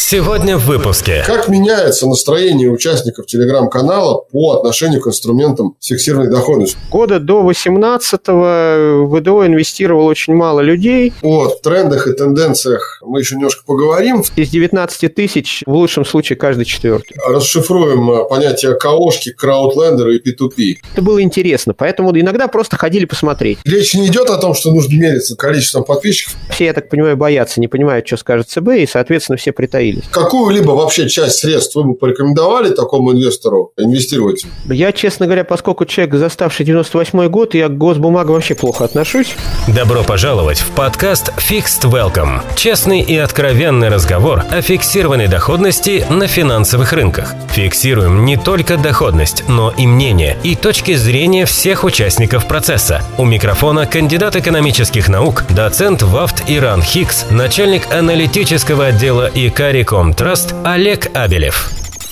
Сегодня в выпуске. Как меняется настроение участников телеграм-канала по отношению к инструментам с фиксированной доходностью? Года до 18-го в ВДО инвестировало очень мало людей. О трендах и тенденциях мы еще немножко поговорим. Из 19 тысяч, в лучшем случае, каждый четвертый. Расшифруем понятия КОшки, краудлендеры и P2P. Это было интересно, поэтому иногда просто ходили посмотреть. Речь не идет о том, что нужно мериться количеством подписчиков. Все, я так понимаю, боятся, не понимают, что скажет ЦБ, и, соответственно, все притаились. Какую-либо вообще часть средств вы бы порекомендовали такому инвестору инвестировать? Я, честно говоря, поскольку человек, заставший 98-й год, я к госбумагам вообще плохо отношусь. Добро пожаловать в подкаст Fixed Welcome. Честный и откровенный разговор о фиксированной доходности на финансовых рынках. Фиксируем не только доходность, но и мнение и точки зрения всех участников процесса. У микрофона кандидат экономических наук, доцент ВАФТ Иран Хикс, начальник аналитического отдела ИКАРИ Комтраст Олег Абелев.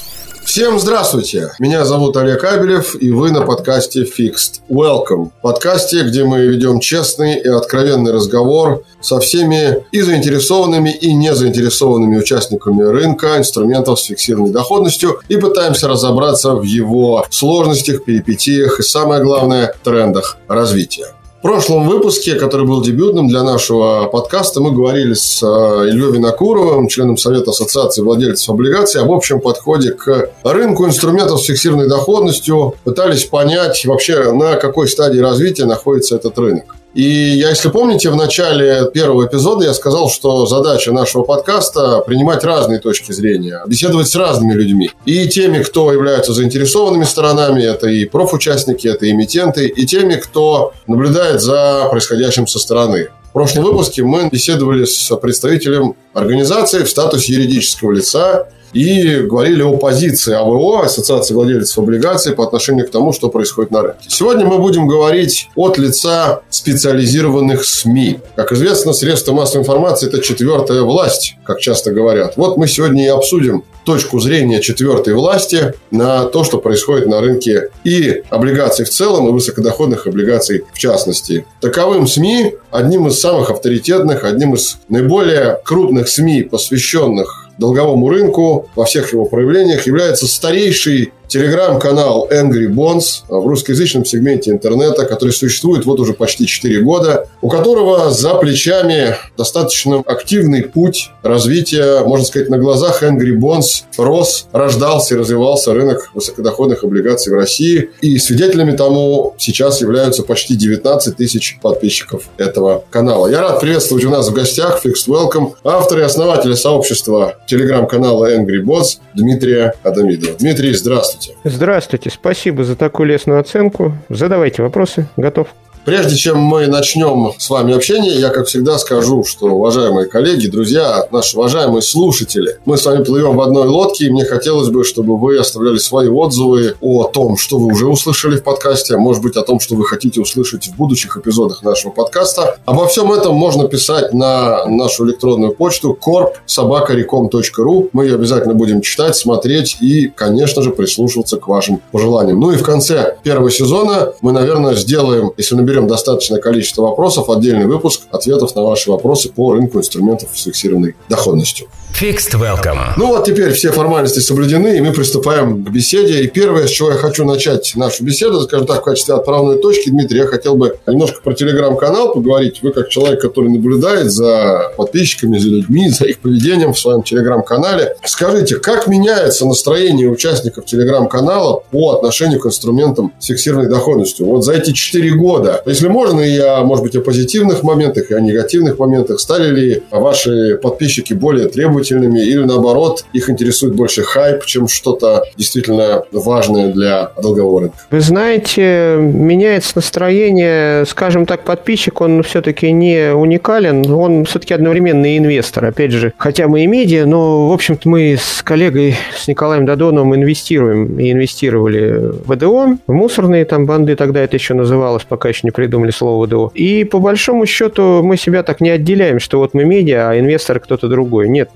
Всем здравствуйте! Меня зовут Олег Абелев, и вы на подкасте Fixed Welcome. Подкасте, где мы ведем честный и откровенный разговор со всеми и заинтересованными, и незаинтересованными участниками рынка инструментов с фиксированной доходностью и пытаемся разобраться в его сложностях, перипетиях и, самое главное, трендах развития. В прошлом выпуске, который был дебютным для нашего подкаста, мы говорили с Ильей Винокуровым, членом Совета Ассоциации владельцев облигаций, об общем подходе к рынку инструментов с фиксированной доходностью, пытались понять вообще, на какой стадии развития находится этот рынок. И если помните, в начале первого эпизода я сказал, что задача нашего подкаста – принимать разные точки зрения, беседовать с разными людьми. И теми, кто являются заинтересованными сторонами, это и профучастники, это и эмитенты, и теми, кто наблюдает за происходящим со стороны. В прошлом выпуске мы беседовали с представителем организации в статусе юридического лица и говорили о позиции АВО, Ассоциации владельцев облигаций, по отношению к тому, что происходит на рынке. Сегодня мы будем говорить от лица специализированных СМИ. Как известно, средства массовой информации – это четвертая власть, как часто говорят. Вот мы сегодня и обсудим точку зрения четвертой власти на то, что происходит на рынке и облигаций в целом, и высокодоходных облигаций в частности. Таковым СМИ, одним из самых авторитетных, одним из наиболее крупных СМИ, посвященных долговому рынку во всех его проявлениях, является старейший телеграм-канал Angry Bonds в русскоязычном сегменте интернета, который существует вот уже почти 4 года, у которого за плечами достаточно активный путь развития, можно сказать, на глазах Angry Bonds рос, рождался и развивался рынок высокодоходных облигаций в России. И свидетелями тому сейчас являются почти 19 тысяч подписчиков этого канала. Я рад приветствовать у нас в гостях Fixed Welcome автора и основателя сообщества телеграм-канала Angry Bonds Дмитрия Адамидова. Дмитрий, здравствуйте. Здравствуйте, спасибо за такую лестную оценку. Задавайте вопросы, готов. Прежде чем мы начнем с вами общение, я, как всегда, скажу, что, уважаемые коллеги, друзья, наши уважаемые слушатели, мы с вами плывем в одной лодке, и мне хотелось бы, чтобы вы оставляли свои отзывы о том, что вы уже услышали в подкасте, а может быть, о том, что вы хотите услышать в будущих эпизодах нашего подкаста. Обо всем этом можно писать на нашу электронную почту corp@recom.ru. Мы ее обязательно будем читать, смотреть и, конечно же, прислушиваться к вашим пожеланиям. Ну и в конце первого сезона мы, наверное, сделаем, если наберем достаточное количество вопросов, отдельный выпуск ответов на ваши вопросы по рынку инструментов с фиксированной доходностью. Fixed Welcome. Ну вот теперь все формальности соблюдены, и мы приступаем к беседе. И первое, с чего я хочу начать нашу беседу, скажем так, в качестве отправной точки, Дмитрий, я хотел бы немножко про телеграм-канал поговорить. Вы как человек, который наблюдает за подписчиками, за людьми, за их поведением в своем телеграм-канале. Скажите, как меняется настроение участников телеграм-канала по отношению к инструментам с фиксированной доходностью? Вот за эти 4 года, если можно, и может быть, о позитивных моментах, и о негативных моментах, стали ли ваши подписчики более требовательными, или наоборот, их интересует больше хайп, чем что-то действительно важное для долгового рынка? Вы знаете, меняется настроение, скажем так, подписчик, он все-таки не уникален, он все-таки одновременно и инвестор. Опять же, хотя мы и медиа, но, в общем-то, мы с коллегой, с Николаем Додоновым инвестируем и инвестировали в ВДО, в мусорные там банды, тогда это еще называлось, пока еще не придумали слово ВДО. И по большому счету мы себя так не отделяем, что вот мы медиа, а инвестор кто-то другой. Нет, наверное,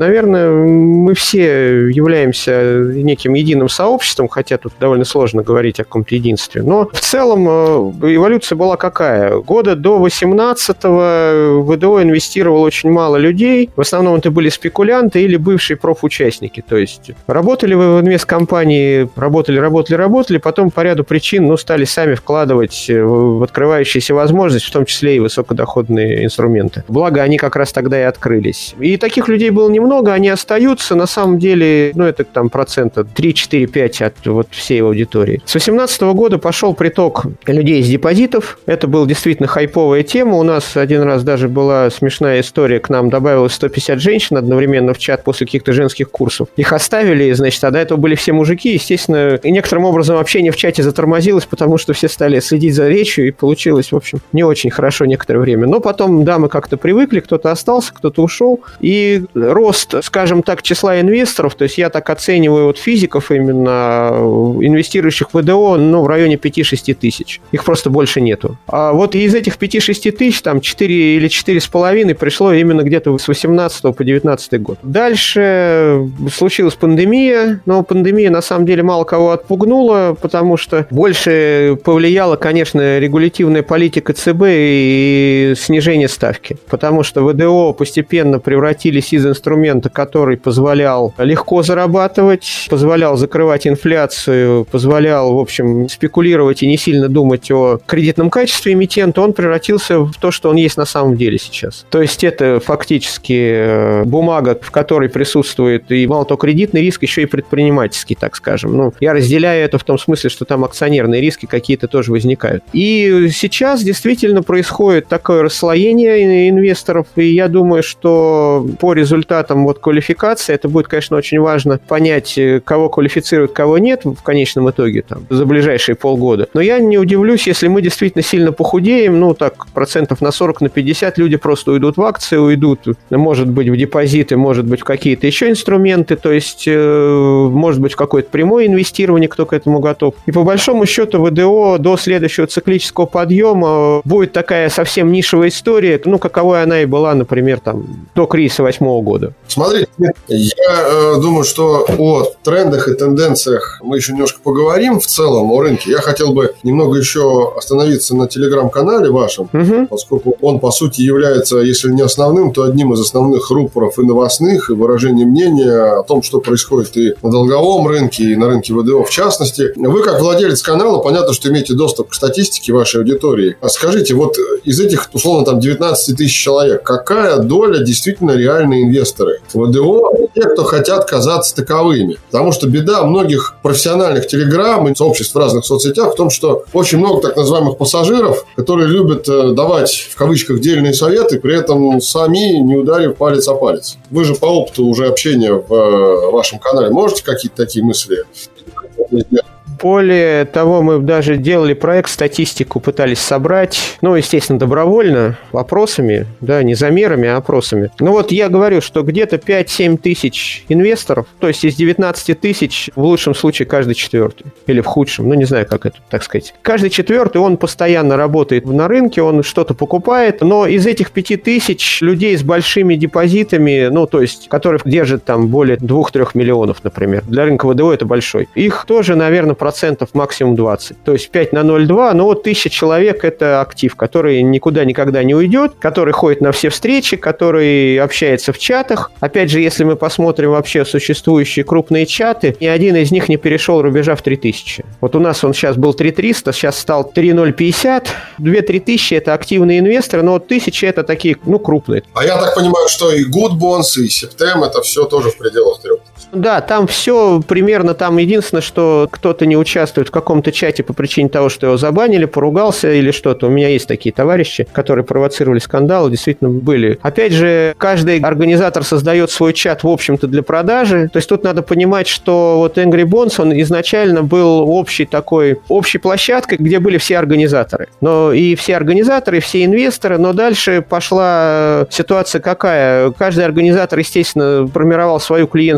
наверное, мы все являемся неким единым сообществом, хотя тут довольно сложно говорить о каком-то единстве. Но в целом эволюция была какая? Года до 18-го в ВДО инвестировало очень мало людей. В основном это были спекулянты или бывшие профучастники. То есть работали вы в инвесткомпании, работали, потом по ряду причин стали сами вкладывать в открывающиеся возможности, в том числе и высокодоходные инструменты. Благо, они как раз тогда и открылись. И таких людей было немного, они остаются. На самом деле, это там процента 3-4-5 от всей аудитории. С 2018 года пошел приток людей из депозитов. Это была действительно хайповая тема. У нас один раз даже была смешная история. К нам добавилось 150 женщин одновременно в чат после каких-то женских курсов. Их оставили, а до этого были все мужики. Естественно, и некоторым образом общение в чате затормозилось, потому что все стали следить за речью, и получилось, в общем, не очень хорошо некоторое время. Но потом, да, мы как-то привыкли, кто-то остался, кто-то ушел. И рост, скажем так, числа инвесторов, то есть я так оцениваю физиков именно, инвестирующих в ВДО, в районе 5-6 тысяч. Их просто больше нету. А из этих 5-6 тысяч, там 4 или 4,5 пришло именно где-то с 18 по 19 год. Дальше случилась пандемия, но пандемия на самом деле мало кого отпугнула, потому что больше повлияла, конечно, регулятивная политика ЦБ и снижение ставки. Потому что ВДО постепенно превратились из инструмента, который позволял легко зарабатывать, позволял закрывать инфляцию, позволял, в общем, спекулировать и не сильно думать о кредитном качестве эмитента, он превратился в то, что он есть на самом деле сейчас. То есть это фактически бумага, в которой присутствует и мало того кредитный риск, еще и предпринимательский, так скажем. Я разделяю это в том смысле, что там акционерные риски какие-то тоже возникают. И сейчас действительно происходит такое расслоение инвесторов, и я думаю, что по результатам квалификации это будет, конечно, очень важно понять, кого квалифицируют, кого нет в конечном итоге за ближайшие полгода. Но я не удивлюсь, если мы действительно сильно похудеем, процентов на 40, на 50 люди просто уйдут в акции, уйдут, может быть, в депозиты, может быть, в какие-то еще инструменты, то есть, может быть, в какое-то прямое инвестирование, кто к этому готов. И по большому счету ВДО до следующего циклического подъема будет такая совсем нишевая история, каковой она и была, например, до кризиса 2008 года. Смотрите, я думаю, что о трендах и тенденциях мы еще немножко поговорим в целом о рынке. Я хотел бы немного еще остановиться на телеграм-канале вашем, поскольку он, по сути, является, если не основным, то одним из основных рупоров и новостных, и выражения мнения о том, что происходит и на долговом рынке, и на рынке ВДО в частности. Вы, как владелец канала, понятно, что имеете доступ к статистике вашей аудитории. А скажите, из этих, условно, 19 тысяч человек, какая доля действительно реальные инвесторы в ВДО, те, кто хотят казаться таковыми? Потому что беда многих профессиональных телеграм и сообществ в разных соцсетях в том, что очень много так называемых пассажиров, которые любят давать, в кавычках, дельные советы, при этом сами не ударив палец о палец. Вы же по опыту уже общения в вашем канале можете какие-то такие мысли? Более того, мы даже делали проект, статистику пытались собрать, естественно, добровольно, опросами, да, не замерами, а опросами. Я говорю, что где-то 5-7 тысяч инвесторов, то есть из 19 тысяч, в лучшем случае, каждый четвертый, или в худшем, не знаю, как это, так сказать. Каждый четвертый, он постоянно работает на рынке, он что-то покупает, но из этих 5 тысяч людей с большими депозитами, то есть, которые держат более 2-3 миллионов, например, для рынка ВДО это большой, их тоже, наверное, процентов максимум 20. То есть 5 на 0,2, 1000 человек – это актив, который никуда никогда не уйдет, который ходит на все встречи, который общается в чатах. Опять же, если мы посмотрим вообще существующие крупные чаты, ни один из них не перешел рубежа в 3000. У нас он сейчас был 3300, сейчас стал 3050. 2-3 тысячи – это активные инвесторы, но 1000 – это такие, крупные. А я так понимаю, что и Good Bonds, и Septem – это все тоже в пределах 3000. Да, там все примерно, единственное, что кто-то не участвует в каком-то чате по причине того, что его забанили, поругался или что-то. У меня есть такие товарищи, которые провоцировали скандалы, действительно были. Опять же, каждый организатор создает свой чат, в общем-то, для продажи. То есть тут надо понимать, что Angry Bonds, он изначально был общей площадкой, где были все организаторы. Но и все организаторы, и все инвесторы, но дальше пошла ситуация какая? Каждый организатор, естественно, формировал свою клиентскую базу,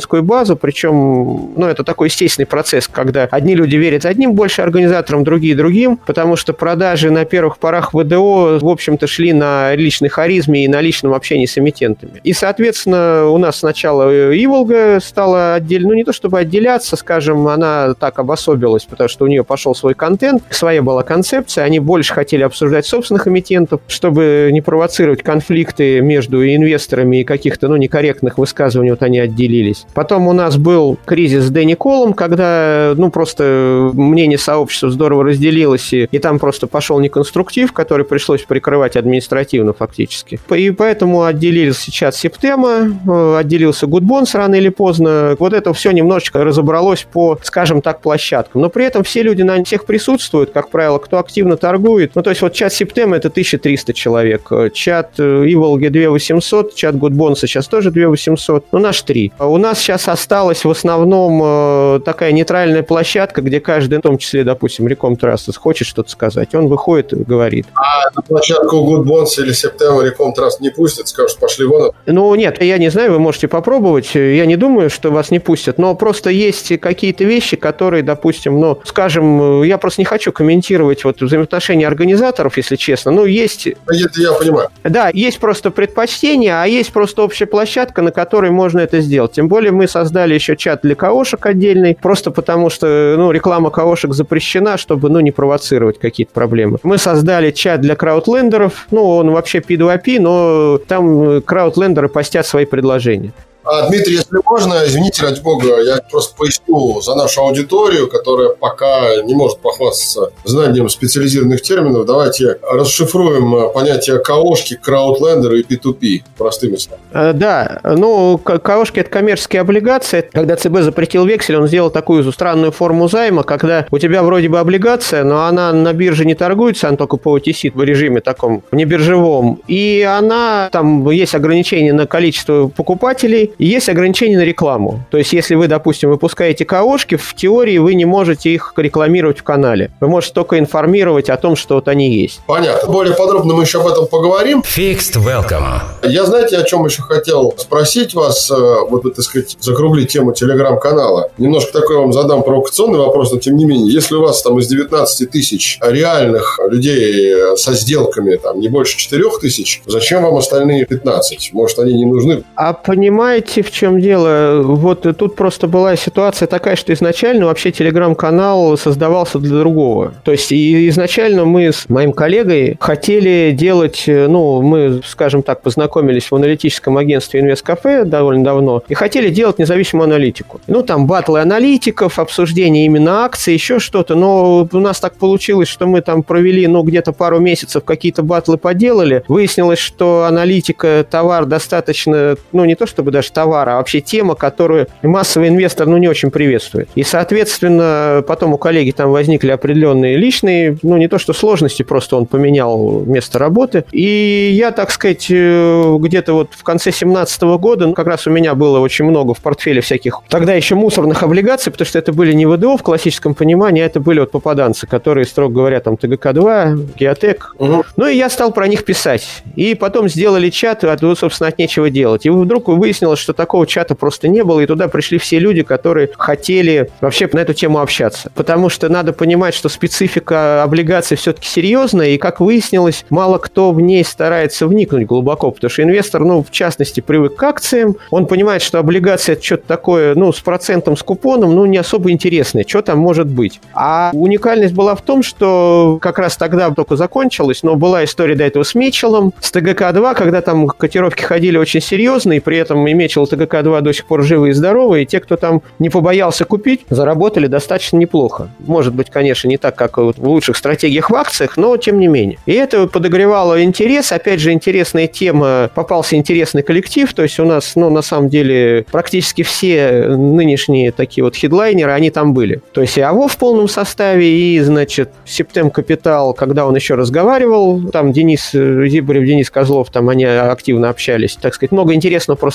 базу, причем, это такой естественный процесс, когда одни люди верят одним больше организаторам, другие другим, потому что продажи на первых порах ВДО, в общем-то, шли на личной харизме и на личном общении с эмитентами. И, соответственно, у нас сначала Иволга стала не то чтобы отделяться, скажем, она так обособилась, потому что у нее пошел свой контент, своя была концепция, они больше хотели обсуждать собственных эмитентов, чтобы не провоцировать конфликты между инвесторами и каких-то, некорректных высказываний, они отделились. Потом у нас был кризис с Дэнни Колом, когда, просто мнение сообщества здорово разделилось, и там просто пошел неконструктив, который пришлось прикрывать административно фактически. И поэтому отделился чат Септема, отделился Гудбонс рано или поздно. Вот это все немножечко разобралось по, скажем так, площадкам. Но при этом все люди на всех присутствуют, как правило, кто активно торгует. То есть чат Септема — это 1300 человек, чат Иволги 2800, чат Гудбонса сейчас тоже 2800, наш 3. У нас сейчас осталась в основном такая нейтральная площадка, где каждый, в том числе, допустим, Реком Траст, хочет что-то сказать, он выходит и говорит. А на площадку Гудбонса или Септема Реком Траст не пустят, скажут, пошли вон? Нет, я не знаю, вы можете попробовать, я не думаю, что вас не пустят, но просто есть какие-то вещи, которые, допустим, скажем, я просто не хочу комментировать взаимоотношения организаторов, если честно, есть... Это я понимаю. Да, есть просто предпочтения, а есть просто общая площадка, на которой можно это сделать. Тем более мы создали еще чат для КОшек отдельный, просто потому что, реклама КОшек запрещена, чтобы, не провоцировать какие-то проблемы. Мы создали чат для краудлендеров, он вообще P2P, но там краудлендеры постят свои предложения. Дмитрий, если можно, извините, ради бога, я просто поясню за нашу аудиторию, которая пока не может похвастаться знанием специализированных терминов. Давайте расшифруем понятия КОшки, краудлендеры и P2P простыми словами. Да, КОшки – это коммерческие облигации. Когда ЦБ запретил вексель, он сделал такую странную форму займа, когда у тебя вроде бы облигация, но она на бирже не торгуется, она только по OTC в режиме таком, не биржевом. И там есть ограничения на количество покупателей, и есть ограничения на рекламу. То есть, если вы, допустим, выпускаете КОшки, в теории вы не можете их рекламировать в канале. Вы можете только информировать о том, что они есть. Понятно. Более подробно мы еще об этом поговорим. Fixed Welcome. Я, знаете, о чем еще хотел спросить вас, так сказать, закруглить тему телеграм-канала. Немножко такой вам задам провокационный вопрос, но тем не менее, если у вас там из 19 тысяч реальных людей со сделками не больше 4 тысяч, зачем вам остальные 15? Может, они не нужны? А понимаете, в чем дело? Тут просто была ситуация такая, что изначально вообще телеграм-канал создавался для другого. То есть изначально мы с моим коллегой хотели делать, мы, скажем так, познакомились в аналитическом агентстве Инвесткафе довольно давно и хотели делать независимую аналитику. Там батлы аналитиков, обсуждение именно акций, еще что-то, но у нас так получилось, что мы там провели, где-то пару месяцев какие-то батлы поделали. Выяснилось, что аналитика, товар достаточно, не то чтобы даже товар, а вообще тема, которую массовый инвестор, не очень приветствует. И, соответственно, потом у коллеги там возникли определенные личные, не то что сложности, просто он поменял место работы. И я, так сказать, где-то в конце 2017 года, как раз у меня было очень много в портфеле всяких, тогда еще мусорных облигаций, потому что это были не ВДО в классическом понимании, а это были попаданцы, которые, строго говоря, ТГК-2, Геотек. Угу. И я стал про них писать. И потом сделали чат, собственно, от нечего делать. И вдруг выяснилось, что такого чата просто не было, и туда пришли все люди, которые хотели вообще на эту тему общаться. Потому что надо понимать, что специфика облигаций все-таки серьезная, и, как выяснилось, мало кто в ней старается вникнуть глубоко, потому что инвестор, в частности, привык к акциям, он понимает, что облигация – это что-то такое, с процентом, с купоном, не особо интересное, что там может быть. А уникальность была в том, что как раз тогда только закончилась, но была история до этого с Митчеллом, с ТГК-2, когда там котировки ходили очень серьезно, и при этом и Митчелл, ТГК-2 до сих пор живы и здоровы, и те, кто там не побоялся купить, заработали достаточно неплохо. Может быть, конечно, не так, как в лучших стратегиях в акциях, но тем не менее. И это подогревало интерес. Опять же, интересная тема, попался интересный коллектив, то есть у нас, на самом деле, практически все нынешние такие хедлайнеры, они там были. То есть и АВО в полном составе, и, значит, Септем Капитал, когда он еще разговаривал, там Денис Зибарев, Денис Козлов, там они активно общались, так сказать, много интересного просто рассказывали.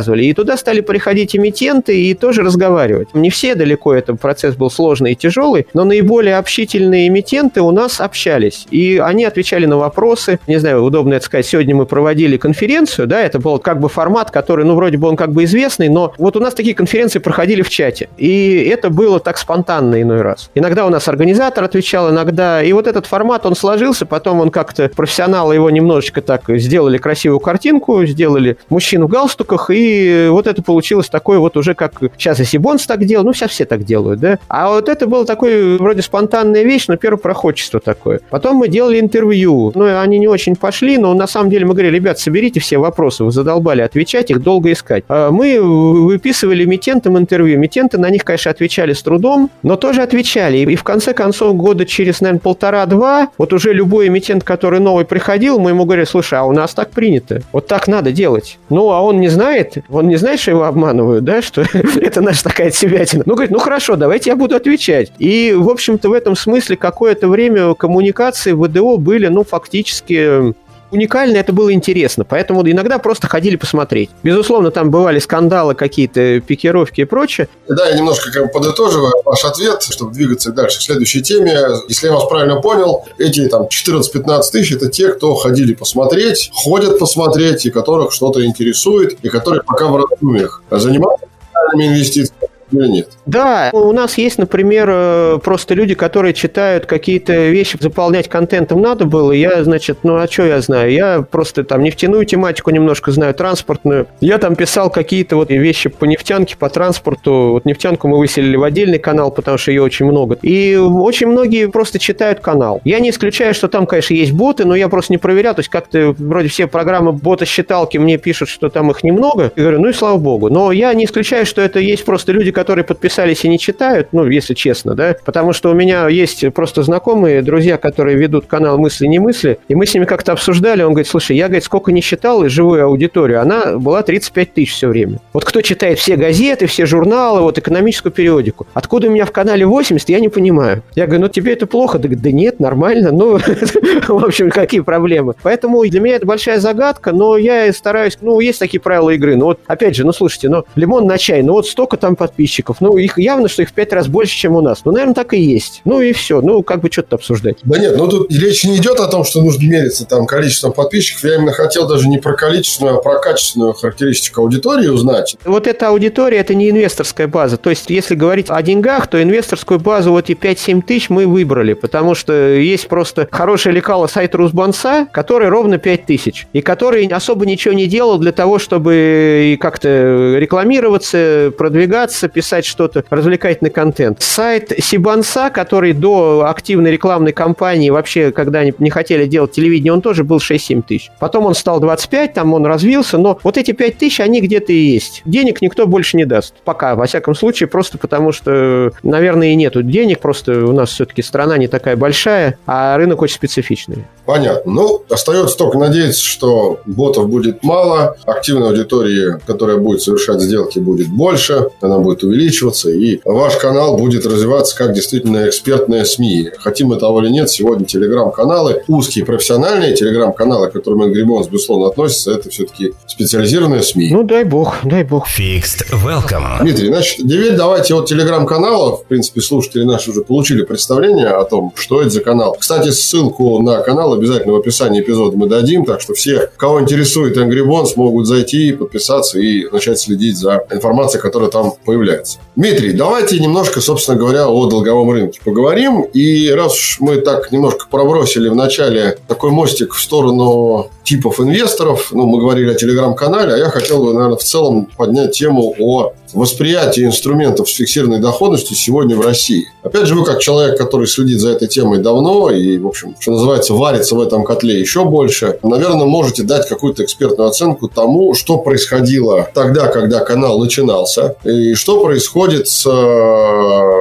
рассказывали. И туда стали приходить эмитенты и тоже разговаривать. Не все далеко, этот процесс был сложный и тяжелый, но наиболее общительные эмитенты у нас общались. И они отвечали на вопросы. Не знаю, удобно это сказать. Сегодня мы проводили конференцию, да, это был как бы формат, который, ну, вроде бы он как бы известный, но вот у нас такие конференции проходили в чате. И это было так спонтанно иной раз. Иногда у нас организатор отвечал, иногда... И вот этот формат, он сложился, потом он как-то... Профессионалы его немножечко так сделали красивую картинку, сделали мужчин в галстуках, и вот это получилось такое вот уже как... Сейчас и Сибонс так делал, ну, сейчас все так делают, да? А вот это было такое вроде спонтанная вещь, но первопроходчество такое. Потом мы делали интервью. Ну, они не очень пошли, но на самом деле мы говорили, ребят, соберите все вопросы, вы задолбали отвечать, их долго искать. Мы выписывали эмитентам интервью. Эмитенты на них, конечно, отвечали с трудом, но тоже отвечали. И в конце концов, года через, наверное, 1,5-2, вот уже любой эмитент, который новый приходил, мы ему говорили, слушай, а у нас так принято. Вот так надо делать. Ну, а он не знает, что его обманывают, да, что это наша такая отсебятина. Ну, говорит, ну, хорошо, давайте я буду отвечать. И, в общем-то, в этом смысле какое-то время коммуникации в ВДО были, ну, фактически... уникально, это было интересно, поэтому иногда просто ходили посмотреть. Безусловно, там бывали скандалы, какие-то пикировки и прочее. Да, я немножко подытоживаю ваш ответ, чтобы двигаться дальше к следующей теме. Если я вас правильно понял, эти там 14-15 тысяч – это те, кто ходили посмотреть, ходят посмотреть, и которых что-то интересует, и которые пока в раздумьях занимаются инвестициями. Или нет? Да, у нас есть, например, просто люди, которые читают какие-то вещи, заполнять контентом надо было. Я, значит, ну а что я знаю? Я просто там нефтяную тематику немножко знаю, транспортную. Я там писал какие-то вот вещи по нефтянке, по транспорту. Вот нефтянку мы выселили в отдельный канал, потому что ее очень много. И очень многие просто читают канал. Я не исключаю, что там, конечно, есть боты, но я просто не проверял. То есть как-то вроде все программы бота-считалки мне пишут, что там их немного. Я говорю, ну и слава богу. Но я не исключаю, что это есть просто люди, которые подписались и не читают, ну, если честно, да, потому что у меня есть просто знакомые, друзья, которые ведут канал «Мысли, не мысли», и мы с ними как-то обсуждали, он говорит, слушай, я, говорит, сколько не читал и живую аудиторию, она была 35 тысяч все время. Вот кто читает все газеты, все журналы, вот экономическую периодику, откуда у меня в канале 80, я не понимаю. Я говорю, ну, тебе это плохо? Да нет, нормально, ну, в общем, какие проблемы. Поэтому для меня это большая загадка, но я стараюсь, ну, есть такие правила игры, ну, вот, опять же, ну, слушайте, ну, лимон на чай, ну, вот столько там подписчиков, ну, их явно, что их в 5 раз больше, чем у нас. Ну, наверное, так и есть. Ну, и все. Ну, как бы что-то обсуждать. Да нет, ну, тут речь не идет о том, что нужно мериться там количеством подписчиков. Я именно хотел даже не про количественную, а про качественную характеристику аудитории узнать. Вот эта аудитория, это не инвесторская база. То есть, если говорить о деньгах, то инвесторскую базу вот и 5-7 тысяч мы выбрали, потому что есть просто хорошее лекало сайт Русбанса, который ровно 5 тысяч, и который особо ничего не делал для того, чтобы как-то рекламироваться, продвигаться, писать что-то, развлекательный контент. Сайт Сибонса, который до активной рекламной кампании вообще, когда они не хотели делать телевидение, он тоже был 6-7 тысяч. Потом он стал 25, там он развился, но вот эти 5 тысяч, они где-то и есть. Денег никто больше не даст. Пока, во всяком случае, просто потому что, наверное, и нету денег, просто у нас все-таки страна не такая большая, а рынок очень специфичный. Понятно. Ну, остается только надеяться, что ботов будет мало, активной аудитории, которая будет совершать сделки, будет больше, она будет увеличиваться, и ваш канал будет развиваться как действительно экспертная СМИ. Хотим мы того или нет, сегодня телеграм-каналы, узкие профессиональные телеграм-каналы, к которым Энгрибонс, безусловно, относится, это все-таки специализированные СМИ. Ну, дай бог, дай бог. Fixed Welcome. Дмитрий, значит, теперь давайте от телеграм-канала, в принципе, слушатели наши уже получили представление о том, что это за канал. Кстати, ссылку на канал обязательно в описании эпизода мы дадим, так что все, кого интересует Энгрибонс, могут зайти, подписаться и начать следить за информацией, которая там появляется. Дмитрий, давайте немножко, собственно говоря, о долговом рынке поговорим. И раз уж мы так немножко пробросили в начале такой мостик в сторону типов инвесторов, ну, мы говорили о телеграм-канале, а я хотел бы, наверное, в целом поднять тему о восприятии инструментов с фиксированной доходностью сегодня в России. Опять же, вы как человек, который следит за этой темой давно и, в общем, что называется, варится в этом котле еще больше, наверное, можете дать какую-то экспертную оценку тому, что происходило тогда, когда канал начинался, и что происходит с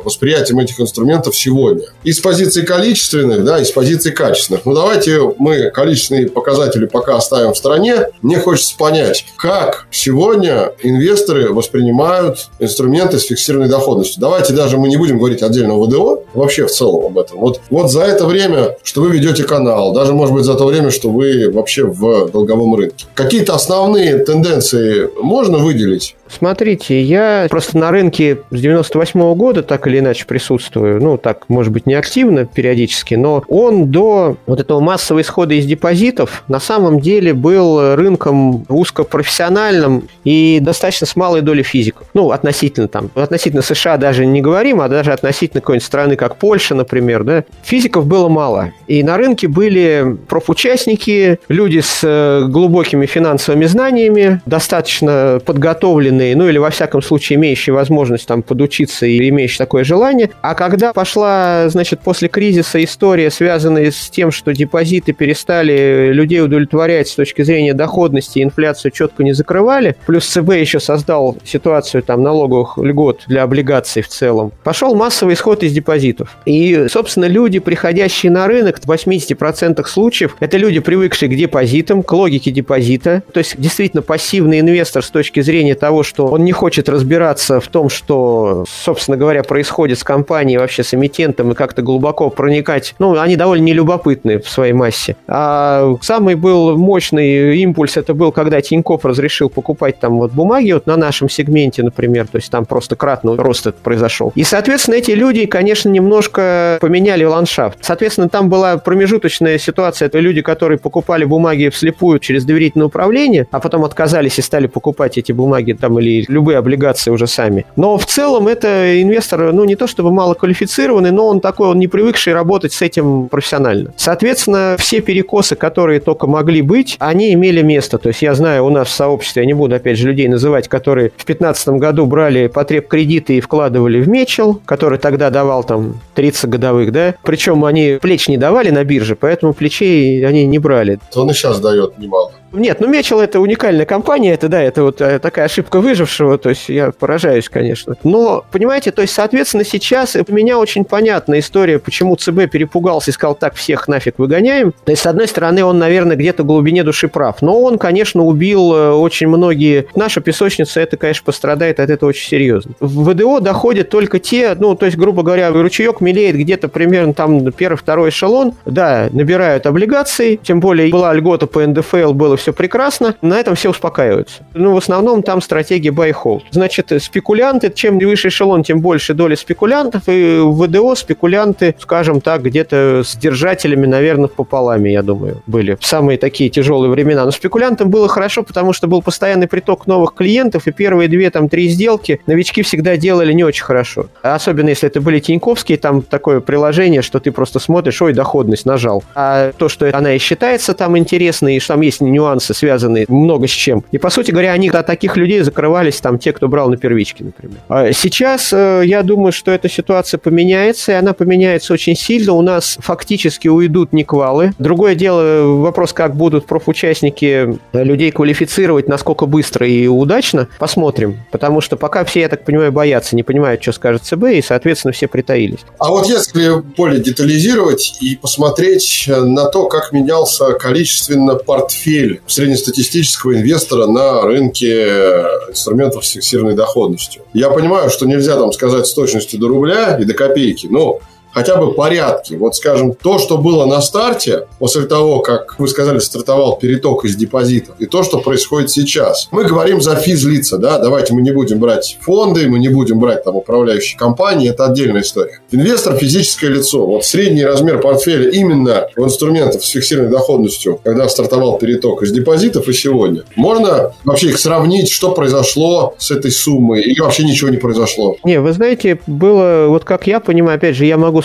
восприятием этих инструментов сегодня. И с позиции количественных, да, и с позиции качественных. Ну, давайте мы количественные показатели пока оставим в стороне. Мне хочется понять, как сегодня инвесторы воспринимают инструменты с фиксированной доходностью. Давайте даже мы не будем говорить отдельно о ВДО, вообще в целом об этом. Вот за это время, что вы ведете канал, даже, может быть, за то время, что вы вообще в долговом рынке. Какие-то основные тенденции можно выделить? Смотрите, я просто на рынке с 98 года так или иначе присутствую. Ну, так, может быть, не активно периодически, но он до вот этого массового исхода из депозитов на самом деле был рынком узкопрофессиональным и достаточно с малой долей физиков. Ну, относительно США даже не говорим, а даже относительно какой-нибудь страны, как Польша, например, да, физиков было мало. И на рынке были профучастники, люди с глубокими финансовыми знаниями, достаточно подготовленные, ну или во всяком случае имеющие возможность там подучиться и имеющие такое желание. А когда пошла, значит, после кризиса история, связанная с тем, что депозиты перестали людей удовлетворять с точки зрения доходности, инфляцию четко не закрывали, плюс ЦБ еще создал ситуацию там налоговых льгот для облигаций в целом, пошел массовый исход из депозитов. И, собственно, люди, приходящие на рынок, в 80% случаев, это люди, привыкшие к депозитам, к логике депозита, то есть действительно пассивный инвестор с точки зрения того, что он не хочет разбираться в том, что, собственно говоря, происходит с компанией, вообще с эмитентом, и как-то глубоко проникать. Ну, они довольно нелюбопытны в своей массе. А самый был мощный импульс, это был, когда Тинькофф разрешил покупать там вот бумаги, вот на нашем сегменте, например, то есть там просто кратный рост этот произошел. И, соответственно, эти люди, конечно, немножко поменяли ландшафт. Соответственно, там была промежуточная ситуация, это люди, которые покупали бумаги вслепую через доверительное управление, а потом отказались и стали покупать эти бумаги там или любые облигации уже сами. Но в целом это инвестор, ну, не то чтобы малоквалифицированный, но он такой, он не привыкший работать с этим профессионально. Соответственно, все перекосы, которые только могли быть, они имели место. То есть я знаю, у нас в сообществе, я не буду, опять же, людей называть, которые в 2015 году брали потребкредиты и вкладывали в Мечел, который тогда давал там 30 годовых, да. Причем они плеч не давали на бирже, поэтому плечей они не брали. Он и сейчас дает немало. Нет, ну Мечел это уникальная компания, это да, это вот такая ошибка выжившего, то есть я поражаюсь, конечно. Но, понимаете, то есть, соответственно, сейчас у меня очень понятна история, почему ЦБ перепугался и сказал, так, всех нафиг выгоняем. То есть, с одной стороны, он, наверное, где-то в глубине души прав, но он, конечно, убил очень многие. Наша песочница, это, конечно, пострадает от этого очень серьезно. В ВДО доходят только те, ну, то есть, грубо говоря, ручеек мелеет где-то примерно там первый-второй эшелон, да, набирают облигаций, тем более была льгота по НДФЛ, было все прекрасно, на этом все успокаиваются. Ну, в основном там стратегия buy-hold. Значит, спекулянты, чем выше эшелон, тем больше доля спекулянтов, и в ВДО спекулянты, скажем так, где-то с держателями, наверное, пополами, я думаю, были в самые такие тяжелые времена. Но спекулянтам было хорошо, потому что был постоянный приток новых клиентов, и первые 2-3 сделки новички всегда делали не очень хорошо. Особенно, если это были тиньковские, там такое приложение, что ты просто смотришь, ой, доходность нажал. А то, что она и считается там интересной, и что там есть нюансы, связанные много с чем. И, по сути говоря, они от таких людей закрывались, там, те, кто брал на первичке, например. Сейчас, я думаю, что эта ситуация поменяется, и она поменяется очень сильно. У нас фактически уйдут никвалы. Другое дело, вопрос, как будут профучастники людей квалифицировать, насколько быстро и удачно, посмотрим. Потому что пока все, я так понимаю, боятся, не понимают, что скажет ЦБ, и, соответственно, все притаились. А вот если более детализировать и посмотреть на то, как менялся количественно портфель среднестатистического инвестора на рынке инструментов с фиксированной доходностью. Я понимаю, что нельзя там сказать с точностью до рубля и до копейки, но хотя бы порядки. Вот, скажем, то, что было на старте, после того, как, вы сказали, стартовал переток из депозитов, и то, что происходит сейчас. Мы говорим за физлица, да, давайте мы не будем брать фонды, мы не будем брать там управляющие компании, это отдельная история. Инвестор – физическое лицо. Вот средний размер портфеля именно у инструментов с фиксированной доходностью, когда стартовал переток из депозитов и сегодня. Можно вообще их сравнить, что произошло с этой суммой, или вообще ничего не произошло? Не, вы знаете, было, вот как я понимаю, опять же, я могу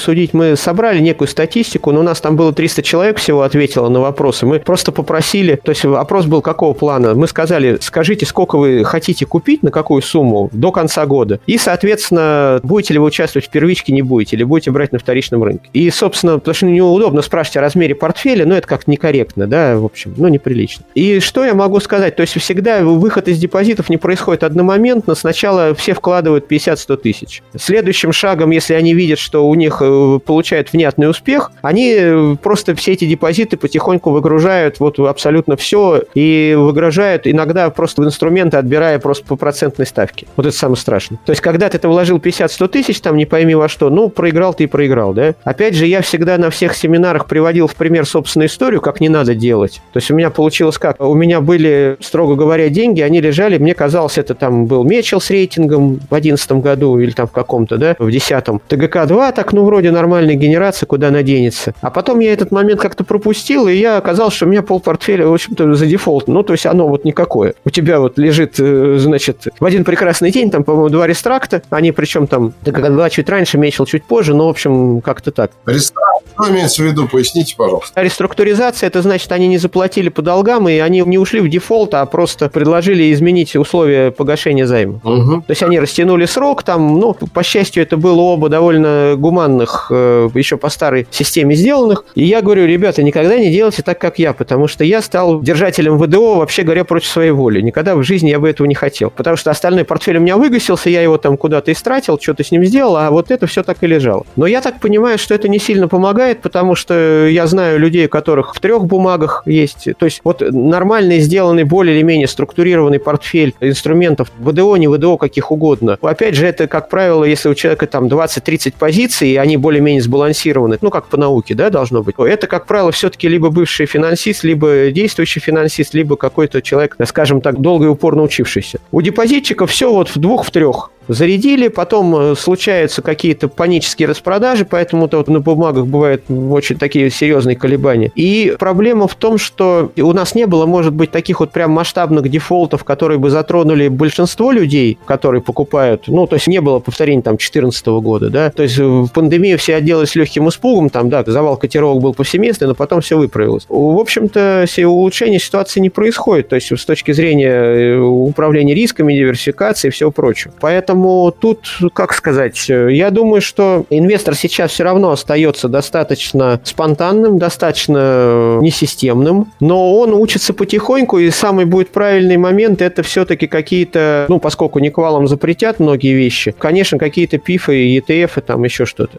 обсудить. Мы собрали некую статистику, но у нас там было 300 человек всего ответило на вопросы. Мы просто попросили, то есть опрос был какого плана? Мы сказали, скажите, сколько вы хотите купить, на какую сумму до конца года. И, соответственно, будете ли вы участвовать в первичке, не будете, или будете брать на вторичном рынке. И, собственно, потому что неудобно спрашивать о размере портфеля, но это как-то некорректно, да, в общем, неприлично. И что я могу сказать? То есть всегда выход из депозитов не происходит одномоментно. Сначала все вкладывают 50-100 тысяч. Следующим шагом, если они видят, что у них получают внятный успех, они просто все эти депозиты потихоньку выгружают вот абсолютно все и выгружают иногда просто в инструменты, отбирая просто по процентной ставке. Вот это самое страшное. То есть, когда ты вложил 50-100 тысяч, там не пойми во что, проиграл ты и проиграл, да? Опять же, я всегда на всех семинарах приводил в пример собственную историю, как не надо делать. То есть, у меня получилось как? У меня были, строго говоря, деньги, они лежали, мне казалось, это там был Мечел с рейтингом в 2011 году или там в каком-то, да, в 2010. ТГК-2, так, вроде нормальная генерация, куда она денется. А потом я этот момент как-то пропустил, и я оказалось, что у меня полпортфеля, в общем-то, за дефолт. То есть, оно никакое. У тебя лежит, значит, в один прекрасный день, там, по-моему, 2 рестракта, они причем там ТГК-2 чуть раньше, Мечел чуть позже, в общем, как-то так. Рестракт, что имеется в виду? Поясните, пожалуйста. Реструктуризация, это значит, они не заплатили по долгам, и они не ушли в дефолт, а просто предложили изменить условия погашения займа. Угу. То есть, они растянули срок, там, по счастью, это было оба довольно гуманных, еще по старой системе сделанных. И я говорю, ребята, никогда не делайте так, как я, потому что я стал держателем ВДО, вообще говоря, против своей воли. Никогда в жизни я бы этого не хотел. Потому что остальной портфель у меня выгасился, я его там куда-то истратил, что-то с ним сделал, а вот это все так и лежало. Но я так понимаю, что это не сильно помогает, потому что я знаю людей, у которых в 3 бумагах есть. То есть, нормальный, сделанный, более или менее структурированный портфель инструментов, ВДО, не ВДО, каких угодно. Опять же, это, как правило, если у человека там 20-30 позиций, и они более-менее сбалансированы, как по науке, да, должно быть, это, как правило, все-таки либо бывший финансист, либо действующий финансист, либо какой-то человек, скажем так, долго и упорно учившийся. У депозитчиков все в 2-3. Зарядили, потом случаются какие-то панические распродажи, поэтому-то на бумагах бывают очень такие серьезные колебания. И проблема в том, что у нас не было, может быть, таких прям масштабных дефолтов, которые бы затронули большинство людей, которые покупают, то есть не было повторений 2014 года, да, то есть в пандемию все отделались легким испугом, завал котировок был повсеместный, но потом все выправилось. В общем-то, улучшения ситуации не происходит, то есть с точки зрения управления рисками, диверсификации и всего прочего. Поэтому тут, как сказать, я думаю, что инвестор сейчас все равно остается достаточно спонтанным, достаточно несистемным, но он учится потихоньку, и самый будет правильный момент, это все-таки какие-то, поскольку не квалом запретят многие вещи, конечно, какие-то пифы, ETF, там еще что-то.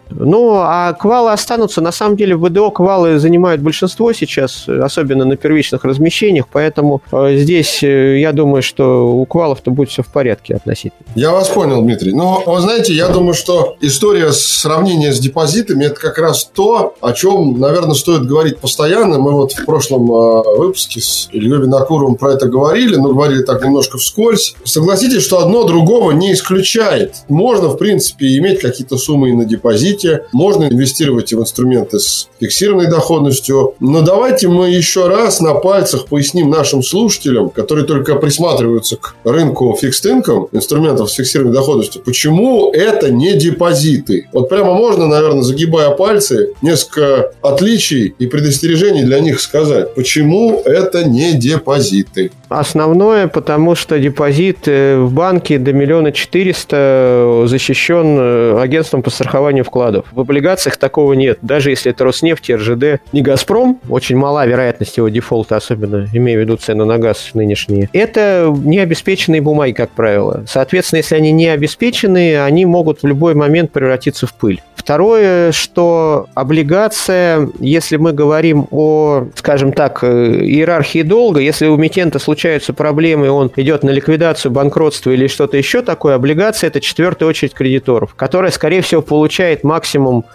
А квалы останутся, на самом деле в ВДО квалы занимают большинство сейчас, особенно на первичных размещениях, поэтому здесь я думаю, что у квалов-то будет все в порядке относительно. Я вас понял, Дмитрий. Но, вы знаете, я думаю, что история сравнения с депозитами – это как раз то, о чем, наверное, стоит говорить постоянно. Мы в прошлом выпуске с Ильей Винокуровым про это говорили, но говорили так немножко вскользь. Согласитесь, что одно другого не исключает. Можно, в принципе, иметь какие-то суммы и на депозите, можно инвестировать и в инструменты с фиксированной доходностью. Но давайте мы еще раз на пальцах поясним нашим слушателям, которые только присматриваются к рынку fixed income, инструментов с фиксированной доходностью, почему это не депозиты. Прямо можно, наверное, загибая пальцы, несколько отличий и предостережений для них сказать. Почему это не депозиты? Основное, потому что депозит в банке до 1 400 000 защищен агентством по страхованию вкладов. В облигациях такого нет. Даже если это Роснефть, РЖД, не Газпром, очень мала вероятность его дефолта, особенно имея в виду цены на газ нынешние. Это необеспеченные бумаги, как правило. Соответственно, если они не обеспечены, они могут в любой момент превратиться в пыль. Второе, что облигация, если мы говорим о, скажем так, иерархии долга, если у эмитента случаются проблемы, он идет на ликвидацию, банкротство или что-то еще такое, облигация – это 4-я очередь кредиторов, которая, скорее всего, получает максимум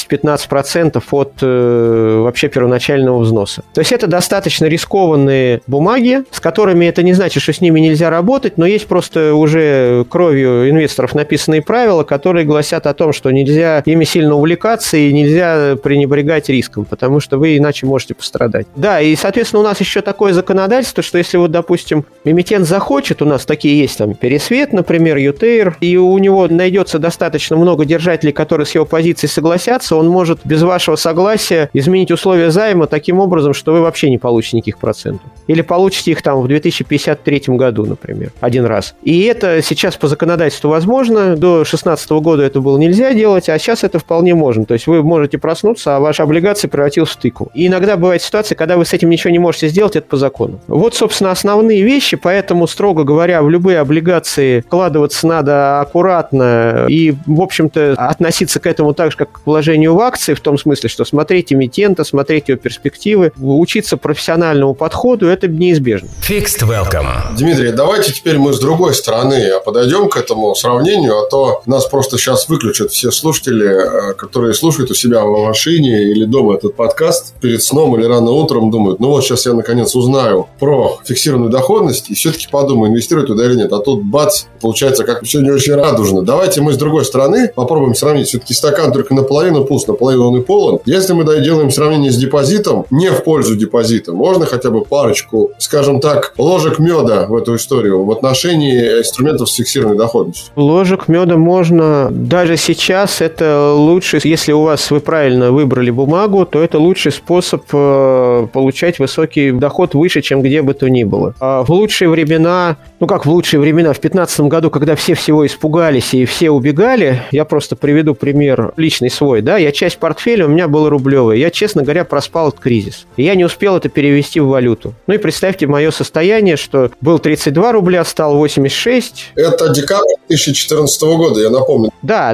10-15% от вообще первоначального взноса. То есть это достаточно рискованные бумаги, с которыми это не значит, что с ними нельзя работать, но есть просто уже кровью инвесторов написанные правила, которые гласят о том, что нельзя ими ими сильно увлекаться и нельзя пренебрегать риском, потому что вы иначе можете пострадать. Да, и, соответственно, у нас еще такое законодательство, что если вот, допустим, эмитент захочет, у нас такие есть там Пересвет, например, Ютейр, и у него найдется достаточно много держателей, которые с его позиции согласятся, он может без вашего согласия изменить условия займа таким образом, что вы вообще не получите никаких процентов. Или получите их там в 2053 году, например, один раз. И это сейчас по законодательству возможно. До 2016 года это было нельзя делать, а сейчас это вполне можно. То есть вы можете проснуться, а ваша облигация превратилась в тыкву. И иногда бывает ситуация, когда вы с этим ничего не можете сделать, это по закону. Вот, собственно, основные вещи, поэтому, строго говоря, в любые облигации вкладываться надо аккуратно и, в общем-то, относиться к этому так же, как к вложению в акции, в том смысле, что смотреть эмитента, смотреть его перспективы, учиться профессиональному подходу, это неизбежно. Fixed Welcome. Дмитрий, давайте теперь мы с другой стороны подойдем к этому сравнению, а то нас просто сейчас выключат все слушатели, которые слушают у себя в машине или дома этот подкаст перед сном или рано утром, думают, ну вот сейчас я наконец узнаю про фиксированную доходность и все-таки подумаю, инвестировать туда или нет. А тут бац, получается, как все не очень радужно. Давайте мы с другой стороны попробуем сравнить. Все-таки стакан только наполовину пуст, наполовину он и полон. Если мы делаем сравнение с депозитом, не в пользу депозита, можно хотя бы парочку, скажем так, ложек меда в эту историю в отношении инструментов с фиксированной доходностью? Ложек меда можно. Даже сейчас это лучше, если у вас вы правильно выбрали бумагу, то это лучший способ получать высокий доход выше, чем где бы то ни было. А в лучшие времена, в 2015 году, когда все всего испугались и все убегали, я просто приведу пример личный свой, да, я часть портфеля у меня была рублевая, я, честно говоря, проспал этот кризис. И я не успел это перевести в валюту. Ну и представьте мое состояние, что был 32 рубля, стал 86. Это декабрь 2014 года, я напомню. Да,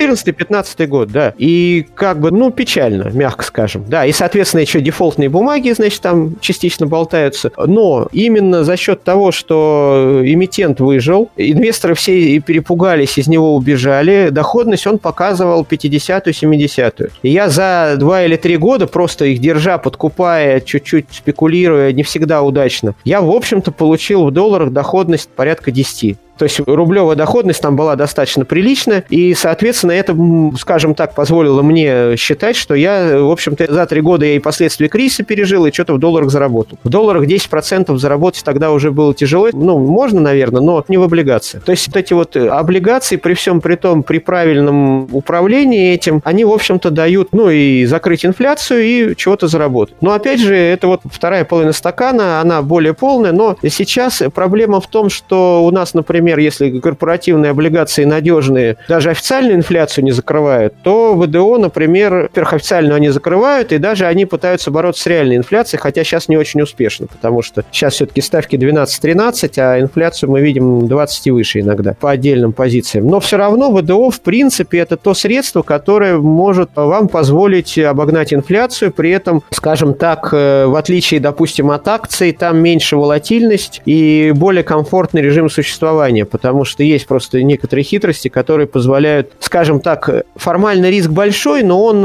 14-15 год, да. И печально, мягко скажем. Да, и, соответственно, еще дефолтные бумаги, значит, там частично болтаются. Но именно за счет того, что эмитент выжил, инвесторы все и перепугались, из него убежали, доходность он показывал 50-ю, 70-ю. И я за 2 или 3 года, просто их держа, подкупая, чуть-чуть спекулируя, не всегда удачно, я, в общем-то, получил в долларах доходность порядка 10. То есть рублевая доходность там была достаточно приличная, и, соответственно, это, скажем так, позволило мне считать, что я, в общем-то, за 3 года я и последствия кризиса пережил, и что-то в долларах заработал. В долларах 10% заработать тогда уже было тяжело. Можно, наверное, но не в облигации. То есть вот эти вот облигации, при всем при том, при правильном управлении этим, они, в общем-то, дают, и закрыть инфляцию, и чего-то заработать. Но, опять же, это вот вторая половина стакана, она более полная, но сейчас проблема в том, что у нас, например, если корпоративные облигации надежные, даже официальную инфляцию не закрывают, то ВДО, например, во-первых, официальную они закрывают, и даже они пытаются бороться с реальной инфляцией, хотя сейчас не очень успешно, потому что сейчас все-таки ставки 12-13, а инфляцию мы видим 20 и выше иногда по отдельным позициям. Но все равно ВДО, в принципе, это то средство, которое может вам позволить обогнать инфляцию, при этом, скажем так, в отличие, допустим, от акций, там меньше волатильность и более комфортный режим существования, потому что есть просто некоторые хитрости, которые позволяют, скажем так, формально риск большой, но он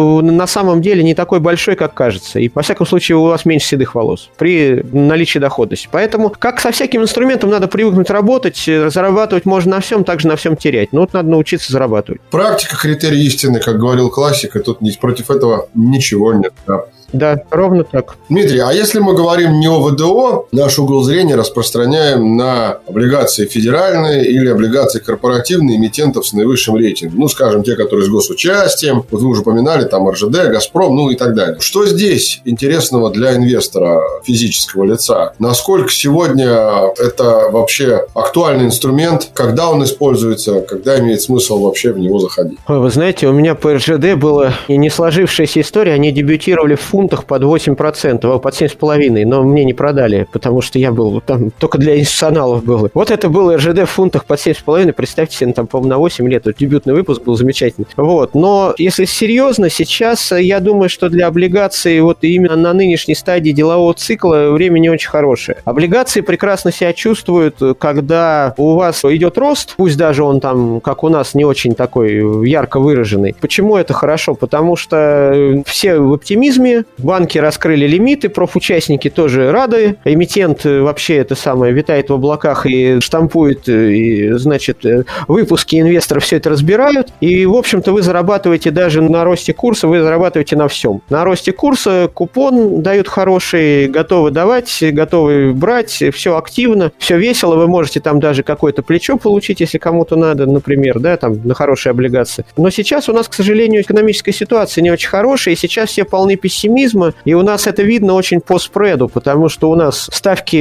на самом деле не такой большой, как кажется. И, во всяком случае, у вас меньше седых волос при наличии доходности. Поэтому, как со всяким инструментом, надо привыкнуть работать, зарабатывать можно на всем, также на всем терять. Но вот надо научиться зарабатывать. Практика – критерий истины, как говорил классик, и тут против этого ничего нет. Да, ровно так. Дмитрий, а если мы говорим не о ВДО, наш угол зрения распространяем на облигации федеральные или облигации корпоративные эмитентов с наивысшим рейтингом. Скажем, те, которые с госучастием. Вот вы уже упоминали, там РЖД, Газпром, и так далее. Что здесь интересного для инвестора физического лица? Насколько сегодня это вообще актуальный инструмент? Когда он используется? Когда имеет смысл вообще в него заходить? Вы знаете, у меня по РЖД была не сложившаяся история. Они дебютировали в фунтах под 8%, под 7,5%, но мне не продали, потому что я был там только для институционалов был. Вот это было РЖД в фунтах под 7,5%, представьте себе, там, по-моему, на 8 лет. Дебютный выпуск был замечательный. Вот. Но если серьезно, сейчас я думаю, что для облигаций вот именно на нынешней стадии делового цикла время не очень хорошее. Облигации прекрасно себя чувствуют, когда у вас идет рост, пусть даже он там, как у нас, не очень такой ярко выраженный. Почему это хорошо? Потому что все в оптимизме, банки раскрыли лимиты, профучастники тоже рады, эмитент вообще это самое витает в облаках и штампует, и, значит, выпуски инвесторов все это разбирают, и, в общем-то, вы зарабатываете даже на росте курса, вы зарабатываете на всем. На росте курса купон дают хороший, готовы давать, готовы брать, все активно, все весело, вы можете там даже какое-то плечо получить, если кому-то надо, например, да, там, на хорошие облигации. Но сейчас у нас, к сожалению, экономическая ситуация не очень хорошая, и сейчас все полны пессимизма, и у нас это видно очень по спреду, потому что у нас ставки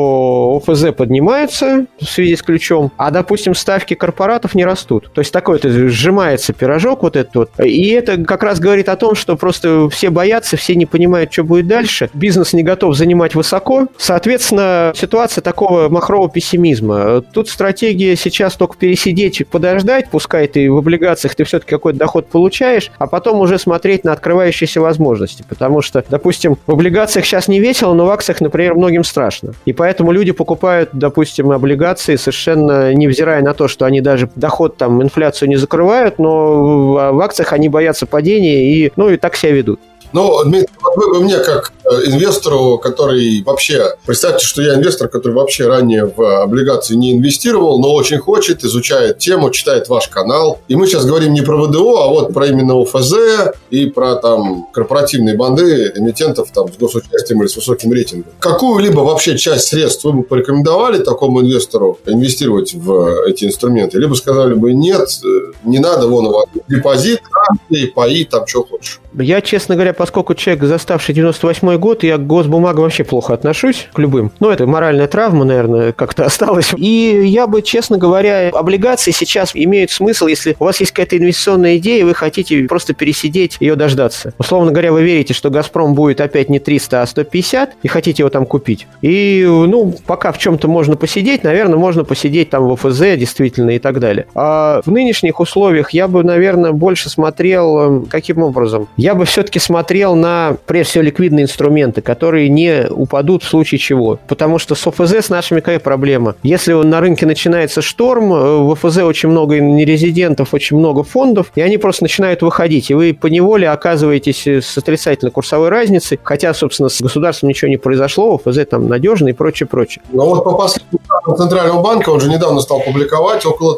по ОФЗ поднимаются в связи с ключом, а, допустим, ставки корпоратов не растут. То есть такой-то сжимается пирожок вот этот вот. И это как раз говорит о том, что просто все боятся, все не понимают, что будет дальше. Бизнес не готов занимать высоко. Соответственно, ситуация такого махрового пессимизма. Тут стратегия сейчас только пересидеть, подождать, пускай ты в облигациях ты все-таки какой-то доход получаешь, а потом уже смотреть на открывающиеся возможности. Потому что, допустим, в облигациях сейчас не весело, но в акциях, например, многим страшно. И поэтому люди покупают, допустим, облигации совершенно невзирая на то, что они даже доход, там, инфляцию не закрывают, но в акциях они боятся падения и так себя ведут. Ну, Дмитрий, вот вы бы мне, как инвестору, который вообще... Представьте, что я инвестор, который вообще ранее в облигации не инвестировал, но очень хочет, изучает тему, читает ваш канал. И мы сейчас говорим не про ВДО, а вот про именно ОФЗ и про там корпоративные банды эмитентов там с госучастием или с высоким рейтингом. Какую-либо вообще часть средств вы бы порекомендовали такому инвестору инвестировать в эти инструменты? Либо сказали бы нет, не надо, вон у вас депозит, акции, паи, там что хочешь. Я, честно говоря, поскольку человек, заставший 98-й год, я к госбумагам вообще плохо отношусь, к любым. Это моральная травма, наверное, как-то осталась. И я бы, честно говоря, облигации сейчас имеют смысл, если у вас есть какая-то инвестиционная идея, вы хотите просто пересидеть, ее дождаться. Условно говоря, вы верите, что «Газпром» будет опять не 300, а 150, и хотите его там купить. И, пока в чем-то можно посидеть, наверное, можно посидеть там в ОФЗ, действительно, и так далее. А в нынешних условиях я бы, наверное, больше смотрел, каким образом? Я бы все-таки смотрел на, прежде всего, ликвидные инструменты, которые не упадут в случае чего. Потому что с ОФЗ с нашими какая проблема? Если на рынке начинается шторм, в ОФЗ очень много нерезидентов, очень много фондов, и они просто начинают выходить. И вы поневоле оказываетесь с отрицательной курсовой разницей, хотя, собственно, с государством ничего не произошло, ОФЗ там надежный и прочее. Но вот по последнему данным Центрального банка, он же недавно стал публиковать, около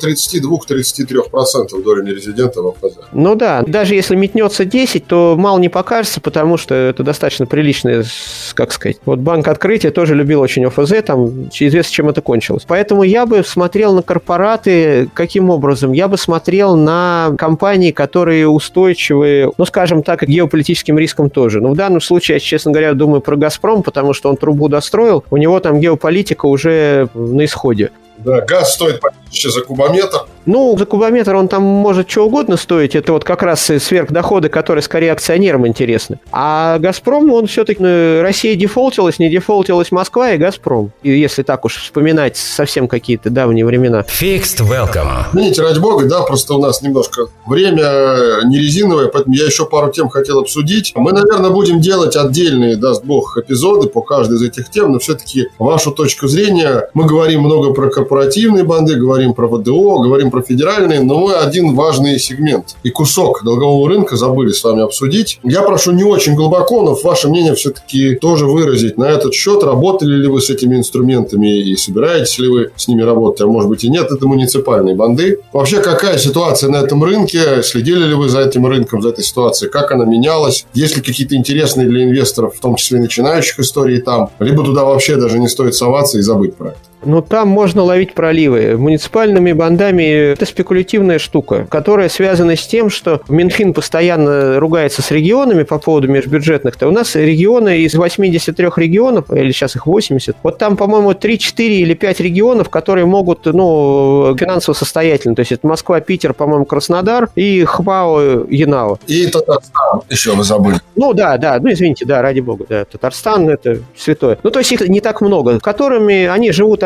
32-33% доли нерезидентов в ОФЗ. Да, даже если метнется 10, то мало не покажется, потому что это достаточно приличное, как сказать. Вот Банк Открытия тоже любил очень ОФЗ, там известно, чем это кончилось. Поэтому я бы смотрел на корпораты, каким образом? Я бы смотрел на компании, которые устойчивы, скажем так, к геополитическим рискам тоже. Но в данном случае, я, честно говоря, думаю про «Газпром», потому что он трубу достроил, у него там геополитика уже на исходе. Да, газ стоит почти за кубометр. За кубометр он там может что угодно стоить. Это вот как раз сверхдоходы, которые скорее акционерам интересны. А «Газпром», он все-таки... Россия дефолтилась, не дефолтилась Москва и «Газпром». И если так уж вспоминать совсем какие-то давние времена. Fixed Welcome. Извините, ради бога, просто у нас немножко время не резиновое, поэтому я еще пару тем хотел обсудить. Мы, наверное, будем делать отдельные, даст бог, эпизоды по каждой из этих тем, но все-таки вашу точку зрения. Мы говорим много про корпоративные банды, говорим про ВДО, говорим про федеральные, но мы один важный сегмент и кусок долгового рынка забыли с вами обсудить. Я прошу не очень глубоко, но ваше мнение все-таки тоже выразить на этот счет. Работали ли вы с этими инструментами и собираетесь ли вы с ними работать, а может быть и нет, это муниципальные банды. Вообще, какая ситуация на этом рынке? Следили ли вы за этим рынком, за этой ситуацией? Как она менялась? Есть ли какие-то интересные для инвесторов, в том числе начинающих истории там? Либо туда вообще даже не стоит соваться и забыть про это? Там можно ловить проливы. Муниципальными бандами это спекулятивная штука, которая связана с тем, что Минфин постоянно ругается с регионами по поводу межбюджетных-то. У нас регионы из 83 регионов, или сейчас их 80, вот там, по-моему, 3, 4 или 5 регионов, которые могут, финансово состоятельны. То есть это Москва, Питер, по-моему, Краснодар и ХМАО, Янао. И Татарстан еще вы забыли. Извините, ради бога, Татарстан это святое. То есть их не так много, которыми они живут одним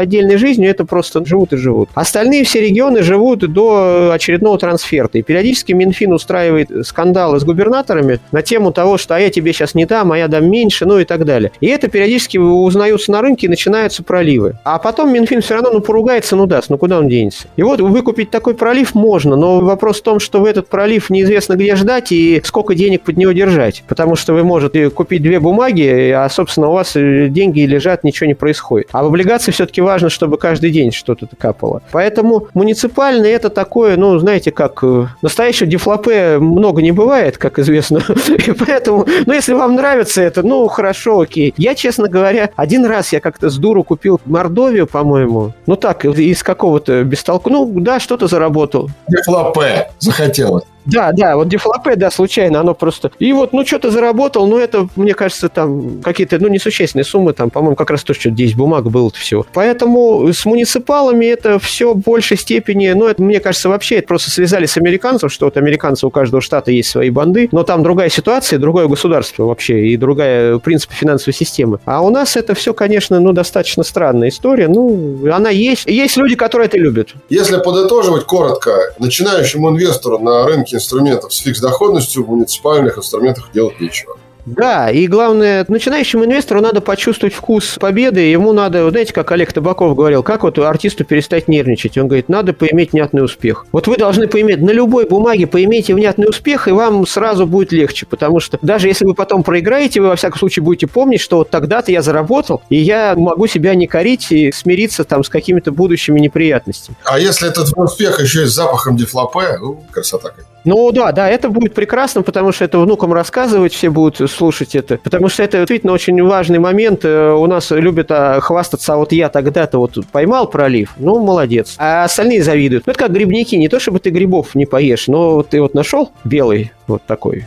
отдельной жизнью, это просто живут и живут. Остальные все регионы живут до очередного трансферта. И периодически Минфин устраивает скандалы с губернаторами на тему того, что я тебе сейчас не дам, а я дам меньше, ну и так далее. И это периодически узнаются на рынке и начинаются проливы. А потом Минфин все равно поругается, даст, куда он денется. И вот выкупить такой пролив можно, но вопрос в том, что в этот пролив неизвестно где ждать и сколько денег под него держать. Потому что вы можете купить 2 бумаги, а, собственно, у вас деньги лежат, ничего не происходит. А в облигации все-таки важно, чтобы каждый день что-то капало. Поэтому муниципальный это такое, знаете, как настоящего дефлопе много не бывает, как известно. И поэтому, если вам нравится это, хорошо, окей. Я, честно говоря, один раз я как-то с дуру купил Мордовию, по-моему. Так, из какого-то бестолку. Что-то заработал. Дефлопе захотелось. Да, вот дефлопе, случайно, оно просто... И вот, что-то заработал, это, мне кажется, там какие-то, несущественные суммы, там, по-моему, как раз то, что 10 бумаг было-то всего. Поэтому с муниципалами это все в большей степени, это, мне кажется, вообще это просто связали с американцем, что вот американцы у каждого штата есть свои банды, но там другая ситуация, другое государство вообще, и другая, в принципе, финансовая система. А у нас это все, конечно, достаточно странная история, она есть. Есть люди, которые это любят. Если подытоживать коротко, начинающему инвестору на рынке инструментов с фикс-доходностью в муниципальных инструментах делать нечего. Да, и главное, начинающему инвестору надо почувствовать вкус победы, ему надо, знаете, как Олег Табаков говорил, как вот артисту перестать нервничать, он говорит, надо поиметь внятный успех. Вот вы должны поиметь, на любой бумаге поимейте внятный успех, и вам сразу будет легче, потому что даже если вы потом проиграете, вы во всяком случае будете помнить, что вот тогда-то я заработал, и я могу себя не корить и смириться там с какими-то будущими неприятностями. А если этот успех еще и с запахом дефлопе, красота какая. Да, это будет прекрасно, потому что это внукам рассказывать, все будут слушать это. Потому что это действительно очень важный момент. У нас любят хвастаться, а вот я тогда-то вот поймал пролив, молодец. А остальные завидуют. Это как грибники, не то чтобы ты грибов не поешь, но ты вот нашел белый вот такой.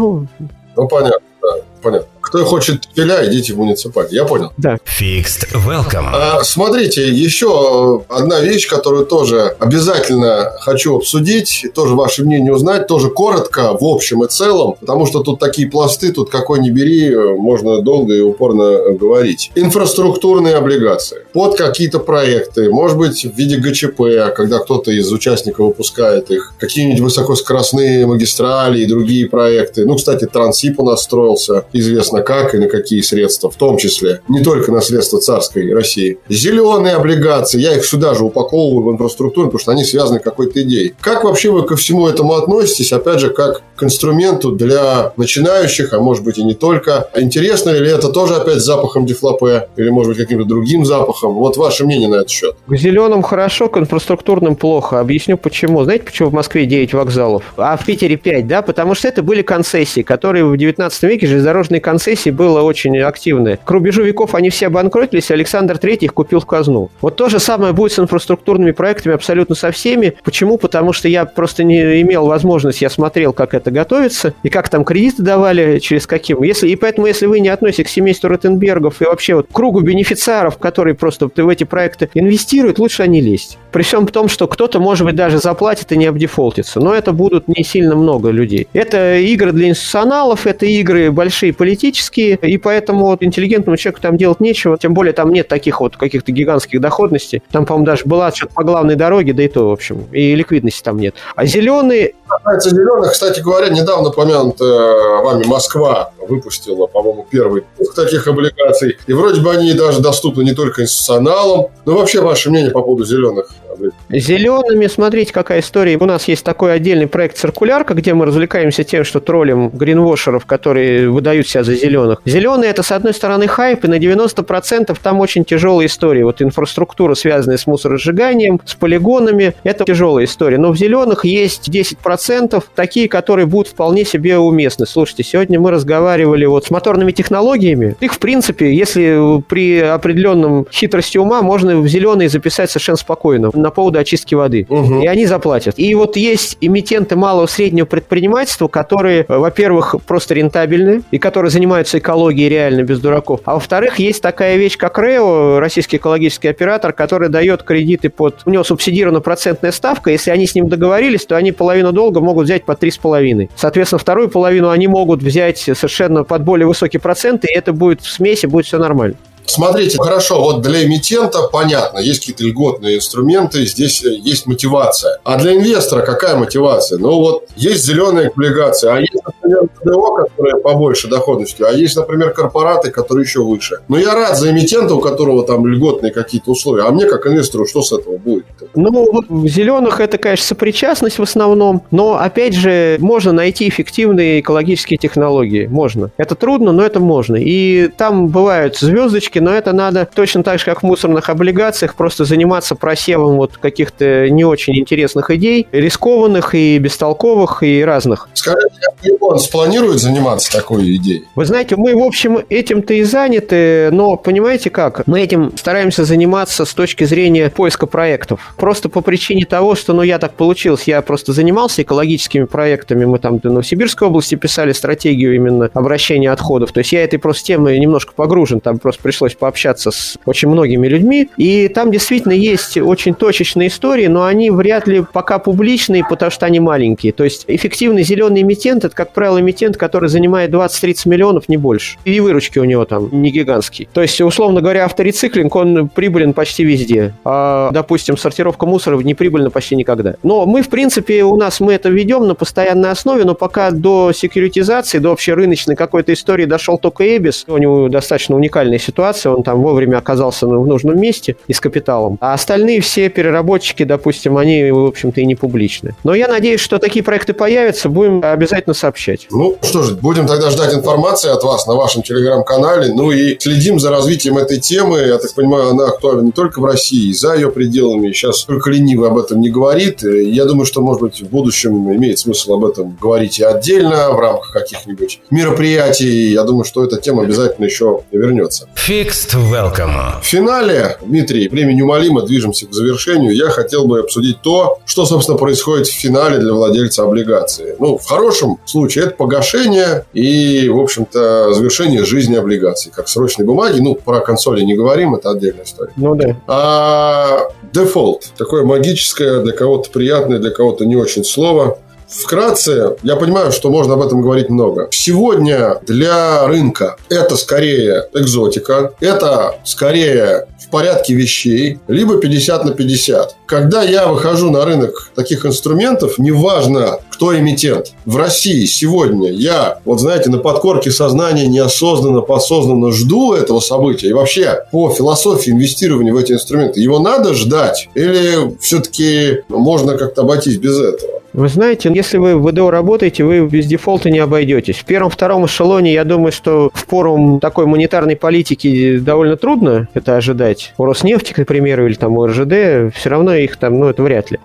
Понятно, да, понятно. Кто хочет филя, идите в муниципальный. Я понял. Да. Fixed Welcome. Смотрите, еще одна вещь, которую тоже обязательно хочу обсудить, тоже ваше мнение узнать, тоже коротко, в общем и целом, потому что тут такие пласты, тут какой ни бери, можно долго и упорно говорить. Инфраструктурные облигации под какие-то проекты, может быть, в виде ГЧП, когда кто-то из участников выпускает их, какие-нибудь высокоскоростные магистрали и другие проекты. Кстати, Транссиб у нас строился, известно как и на какие средства, в том числе, не только на средства царской России. Зеленые облигации, я их сюда же упаковываю в инфраструктуру, потому что они связаны какой-то идеей. Как вообще вы ко всему этому относитесь, опять же, как к инструменту для начинающих, а может быть и не только? Интересно ли это тоже опять с запахом дефлопе или, может быть, каким-то другим запахом? Вот ваше мнение на этот счет. К зеленым хорошо, к инфраструктурным плохо. Объясню почему. Знаете, почему в Москве 9 вокзалов, а в Питере 5, да? Потому что это были концессии, которые в 19 веке, железнодорожные концессии было очень активное. К рубежу веков они все обанкротились, и Александр III их купил в казну. Вот то же самое будет с инфраструктурными проектами абсолютно со всеми. Почему? Потому что я просто не имел возможности, я смотрел, как это готовится, и как там кредиты давали, через каким. И поэтому, если вы не относитесь к семейству Ротенбергов и вообще вот к кругу бенефициаров, которые просто в эти проекты инвестируют, лучше не лезть. При всем том, что кто-то, может быть, даже заплатит и не обдефолтится. Но это будут не сильно много людей. Это игры для институционалов, это игры большие политические, и поэтому вот интеллигентному человеку там делать нечего. Тем более там нет таких вот каких-то гигантских доходностей. Там, по-моему, даже была что-то по главной дороге, да и то, в общем. И ликвидности там нет. А зеленые... Касается зеленых, кстати говоря, недавно упомянутая вами Москва выпустила, по-моему, первый таких облигаций. И вроде бы они даже доступны не только институционалам. Но вообще ваше мнение по поводу зеленых облигаций? Зелеными, смотрите, какая история. У нас есть такой отдельный проект «Циркулярка», где мы развлекаемся тем, что троллим гринвошеров, которые выдают себя за зеленых. Зеленые – это, с одной стороны, хайп, и на 90% там очень тяжелая история. Вот инфраструктура, связанная с мусоросжиганием, с полигонами – это тяжелая история. Но в зеленых есть 10% такие, которые будут вполне себе уместны. Слушайте, сегодня мы разговаривали вот с моторными технологиями. Их, в принципе, если при определенном хитрости ума, можно в зеленые записать совершенно спокойно на поводу очистки воды. И они заплатят. И вот есть эмитенты малого и среднего предпринимательства, которые, во-первых, просто рентабельны и которые занимаются экологией реально без дураков. А во-вторых, есть такая вещь, как РЭО, российский экологический оператор, который дает кредиты под... У него субсидирована процентная ставка. Если они с ним договорились, то они половину долга могут взять под 3,5. Соответственно, вторую половину они могут взять совершенно под более высокие проценты, и это будет в смеси, будет все нормально. Смотрите, хорошо, вот для эмитента понятно, есть какие-то льготные инструменты, здесь есть мотивация. А для инвестора какая мотивация? Ну вот есть зеленые облигации, а есть, например, ТДО, которые побольше доходностью, а есть, например, корпораты, которые еще выше. Но я рад за эмитента, у которого там льготные какие-то условия, а мне как инвестору что с этого будет? Ну, вот в зеленых это, конечно, сопричастность в основном, но, опять же, можно найти эффективные экологические технологии. Можно. Это трудно, но это можно. И там бывают звездочки, но это надо точно так же, как в мусорных облигациях, просто заниматься просевом вот каких-то не очень интересных идей, рискованных и бестолковых, и разных. Скажите, он спланирует заниматься такой идеей? Вы знаете, мы, в общем, этим-то и заняты, но понимаете как? Мы этим стараемся заниматься с точки зрения поиска проектов. Просто по причине того, что, я так получилось, я просто занимался экологическими проектами, мы там в Новосибирской области писали стратегию именно обращения отходов, то есть я этой просто темой немножко погружен, там просто пришлось пообщаться с очень многими людьми, и там действительно есть очень точечные истории, но они вряд ли пока публичные, потому что они маленькие. То есть эффективный зеленый эмитент – это, как правило, эмитент, который занимает 20-30 миллионов, не больше. И выручки у него там не гигантские. То есть, условно говоря, авторециклинг, он прибылен почти везде. А, допустим, сортировка мусора не прибыльна почти никогда. Но мы, в принципе, мы это ведем на постоянной основе, но пока до секьюритизации, до общерыночной какой-то истории дошел только Эбис. У него достаточно уникальная ситуация, он там вовремя оказался в нужном месте и с капиталом. А остальные все переработчики, допустим, они, в общем-то, и не публичны. Но я надеюсь, что такие проекты появятся, будем обязательно сообщать. Ну, что же, будем тогда ждать информации от вас на вашем телеграм-канале, ну и следим за развитием этой темы. Я так понимаю, она актуальна не только в России, и за ее пределами. Сейчас только ленивый об этом не говорит. Я думаю, что, может быть, в будущем имеет смысл об этом говорить и отдельно, в рамках каких-нибудь мероприятий. Я думаю, что эта тема обязательно еще вернется. Fixed Welcome. В финале, Дмитрий, время неумолимо, движемся к завершению. Я хотел бы обсудить то, что, собственно, происходит в финале для владельца облигации. Ну, в хорошем случае это погашение и, в общем-то, завершение жизни облигаций, как срочной бумаги. Ну, про консоли не говорим, это отдельная история. Ну да. А дефолт. Такое магическое, для кого-то приятное, для кого-то не очень слово. Вкратце, я понимаю, что можно об этом говорить много. Сегодня для рынка это скорее экзотика, это скорее в порядке вещей, либо 50/50. Когда я выхожу на рынок таких инструментов, неважно, кто эмитент. В России сегодня я, на подкорке сознания неосознанно, подсознанно жду этого события. И вообще, по философии инвестирования в эти инструменты, его надо ждать? Или все-таки можно как-то обойтись без этого? Вы знаете, если вы в ВДО работаете, вы без дефолта не обойдетесь. В первом-втором эшелоне, я думаю, что в пору такой монетарной политики довольно трудно это ожидать. У Роснефти, к примеру, или там у РЖД, все равно их там, это вряд ли.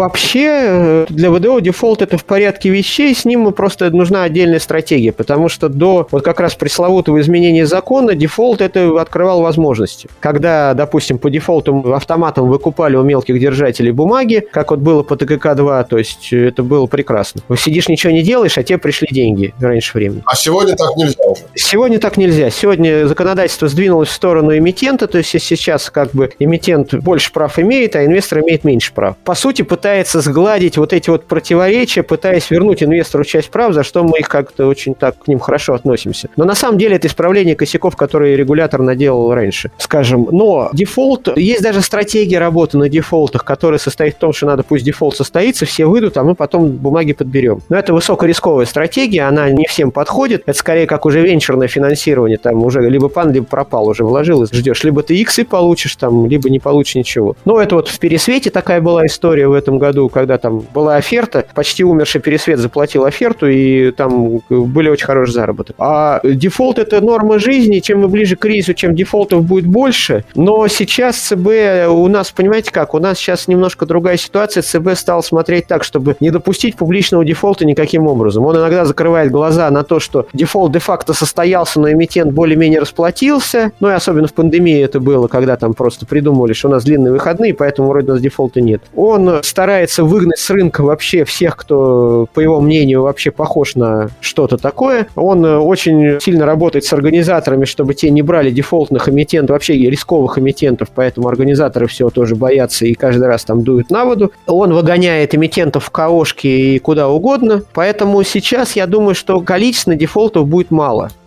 Вообще, для ВДО дефолт это в порядке вещей, с ним просто нужна отдельная стратегия, потому что до как раз пресловутого изменения закона дефолт это открывал возможности. Когда, допустим, по дефолтам автоматом выкупали у мелких держателей бумаги, как было по ТКК-2, то есть это было прекрасно. Вы сидишь, ничего не делаешь, а тебе пришли деньги раньше времени. А сегодня так нельзя уже? Сегодня так нельзя. Сегодня законодательство сдвинулось в сторону эмитента, то есть сейчас эмитент больше прав имеет, а инвестор имеет меньше прав. По сути, пытается сгладить эти противоречия, пытаясь вернуть инвестору часть прав, за что мы их как-то очень так к ним хорошо относимся. Но на самом деле это исправление косяков, которые регулятор наделал раньше, скажем. Но дефолт, есть даже стратегия работы на дефолтах, которая состоит в том, что надо, пусть дефолт состоится, все выйдут, а мы потом бумаги подберем. Но это высокорисковая стратегия, она не всем подходит. Это скорее как уже венчурное финансирование. Там уже либо пан, либо пропал, уже вложил и ждешь. Либо ты иксы получишь, либо не получишь ничего. Но это в Пересвете такая была история в этом году, когда там была оферта, почти умерший Пересвет заплатил оферту, и там были очень хороший заработок. А дефолт – это норма жизни. Чем мы ближе к кризису, чем дефолтов будет больше. Но сейчас ЦБ у нас, понимаете как, у нас сейчас немножко другая ситуация. ЦБ стал смотреть так, чтобы не допустить публичного дефолта никаким образом. Он иногда закрывает глаза на то, что дефолт де-факто состоялся, но эмитент более-менее расплатился. Ну и особенно в пандемии это было, когда там просто придумывали, что у нас длинные выходные, поэтому вроде у нас дефолта нет. Он старается выгнать с рынка вообще всех, кто, по его мнению, вообще похож на что-то такое. Он очень сильно работает с организаторами, чтобы те не брали дефолтных эмитентов, вообще рисковых эмитентов, поэтому организаторы всего тоже боятся и каждый раз там дуют на воду. Он выгоняет эмитентов в КОшки и куда угодно, поэтому сейчас я думаю, что количество дефолтов будет мало.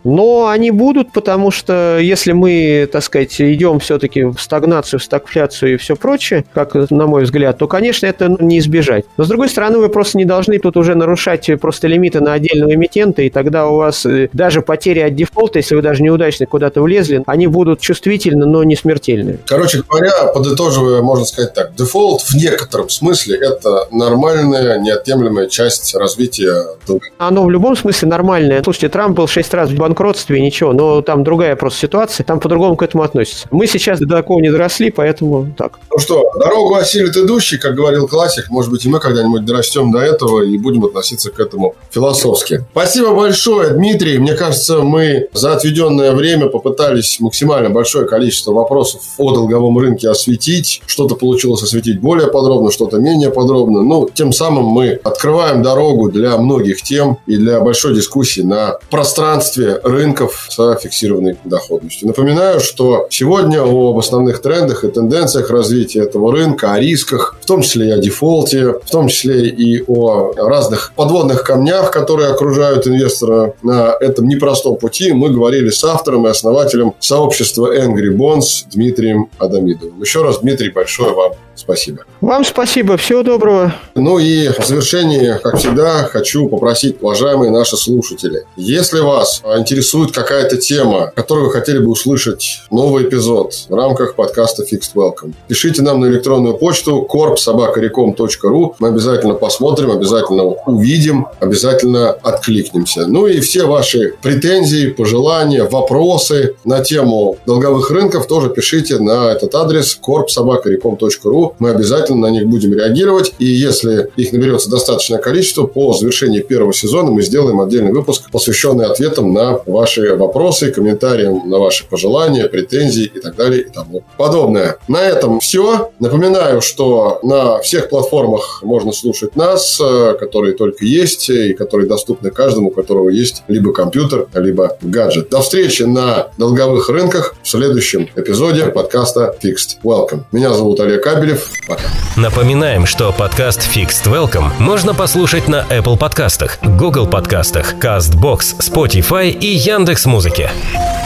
Но они будут, потому что если мы, так сказать, идем все-таки в стагнацию, в стагфляцию и все прочее, как на мой взгляд, то, конечно, это не избежать. Но, с другой стороны, вы просто не должны тут уже нарушать просто лимиты на отдельного эмитента, и тогда у вас даже потери от дефолта, если вы даже неудачно куда-то влезли, они будут чувствительны, но не смертельны. Короче говоря, подытоживая, можно сказать так, дефолт в некотором смысле это нормальная, неотъемлемая часть развития долга. Оно в любом смысле нормальное. Слушайте, Трамп был 6 раз в банкротстве, ничего, но там другая просто ситуация, там по-другому к этому относятся. Мы сейчас до такого не доросли, поэтому так. Ну что, дорогу осилит идущий, как говорил классик. Может быть, и мы когда-нибудь дорастем до этого и будем относиться к этому философски. Спасибо большое, Дмитрий. Мне кажется, мы за отведенное время попытались максимально большое количество вопросов о долговом рынке осветить. Что-то получилось осветить более подробно, что-то менее подробно. Ну, тем самым мы открываем дорогу для многих тем и для большой дискуссии на пространстве рынков с фиксированной доходностью. Напоминаю, что сегодня об основных трендах и тенденциях развития этого рынка, о рисках, в том числе и о дефолте, в том числе и о разных подводных камнях, которые окружают инвестора на этом непростом пути, мы говорили с автором и основателем сообщества Angry Bonds Дмитрием Адамидовым. Еще раз, Дмитрий, большое вам спасибо. Вам спасибо, всего доброго. Ну и в завершении, как всегда, хочу попросить, уважаемые наши слушатели, если вас интересует какая-то тема, которую вы хотели бы услышать новый эпизод в рамках подкаста Fixed Welcome, пишите нам на электронную почту corp@recom.ru. Мы обязательно посмотрим, обязательно увидим, обязательно откликнемся. Ну и все ваши претензии, пожелания, вопросы на тему долговых рынков тоже пишите на этот адрес corp@recom.ru. Мы обязательно на них будем реагировать. И если их наберется достаточное количество, по завершении первого сезона мы сделаем отдельный выпуск, посвященный ответам на ваши вопросы, комментариям на ваши пожелания, претензии и так далее и тому подобное. На этом все. Напоминаю, что на всех платформах можно слушать нас, которые только есть и которые доступны каждому, у которого есть либо компьютер, либо гаджет. До встречи на долговых рынках в следующем эпизоде подкаста Fixed Welcome. Меня зовут Олег Кабелев. Пока. Напоминаем, что подкаст Fixed Welcome можно послушать на Apple подкастах, Google подкастах, CastBox, Spotify и Яндекс.Музыке.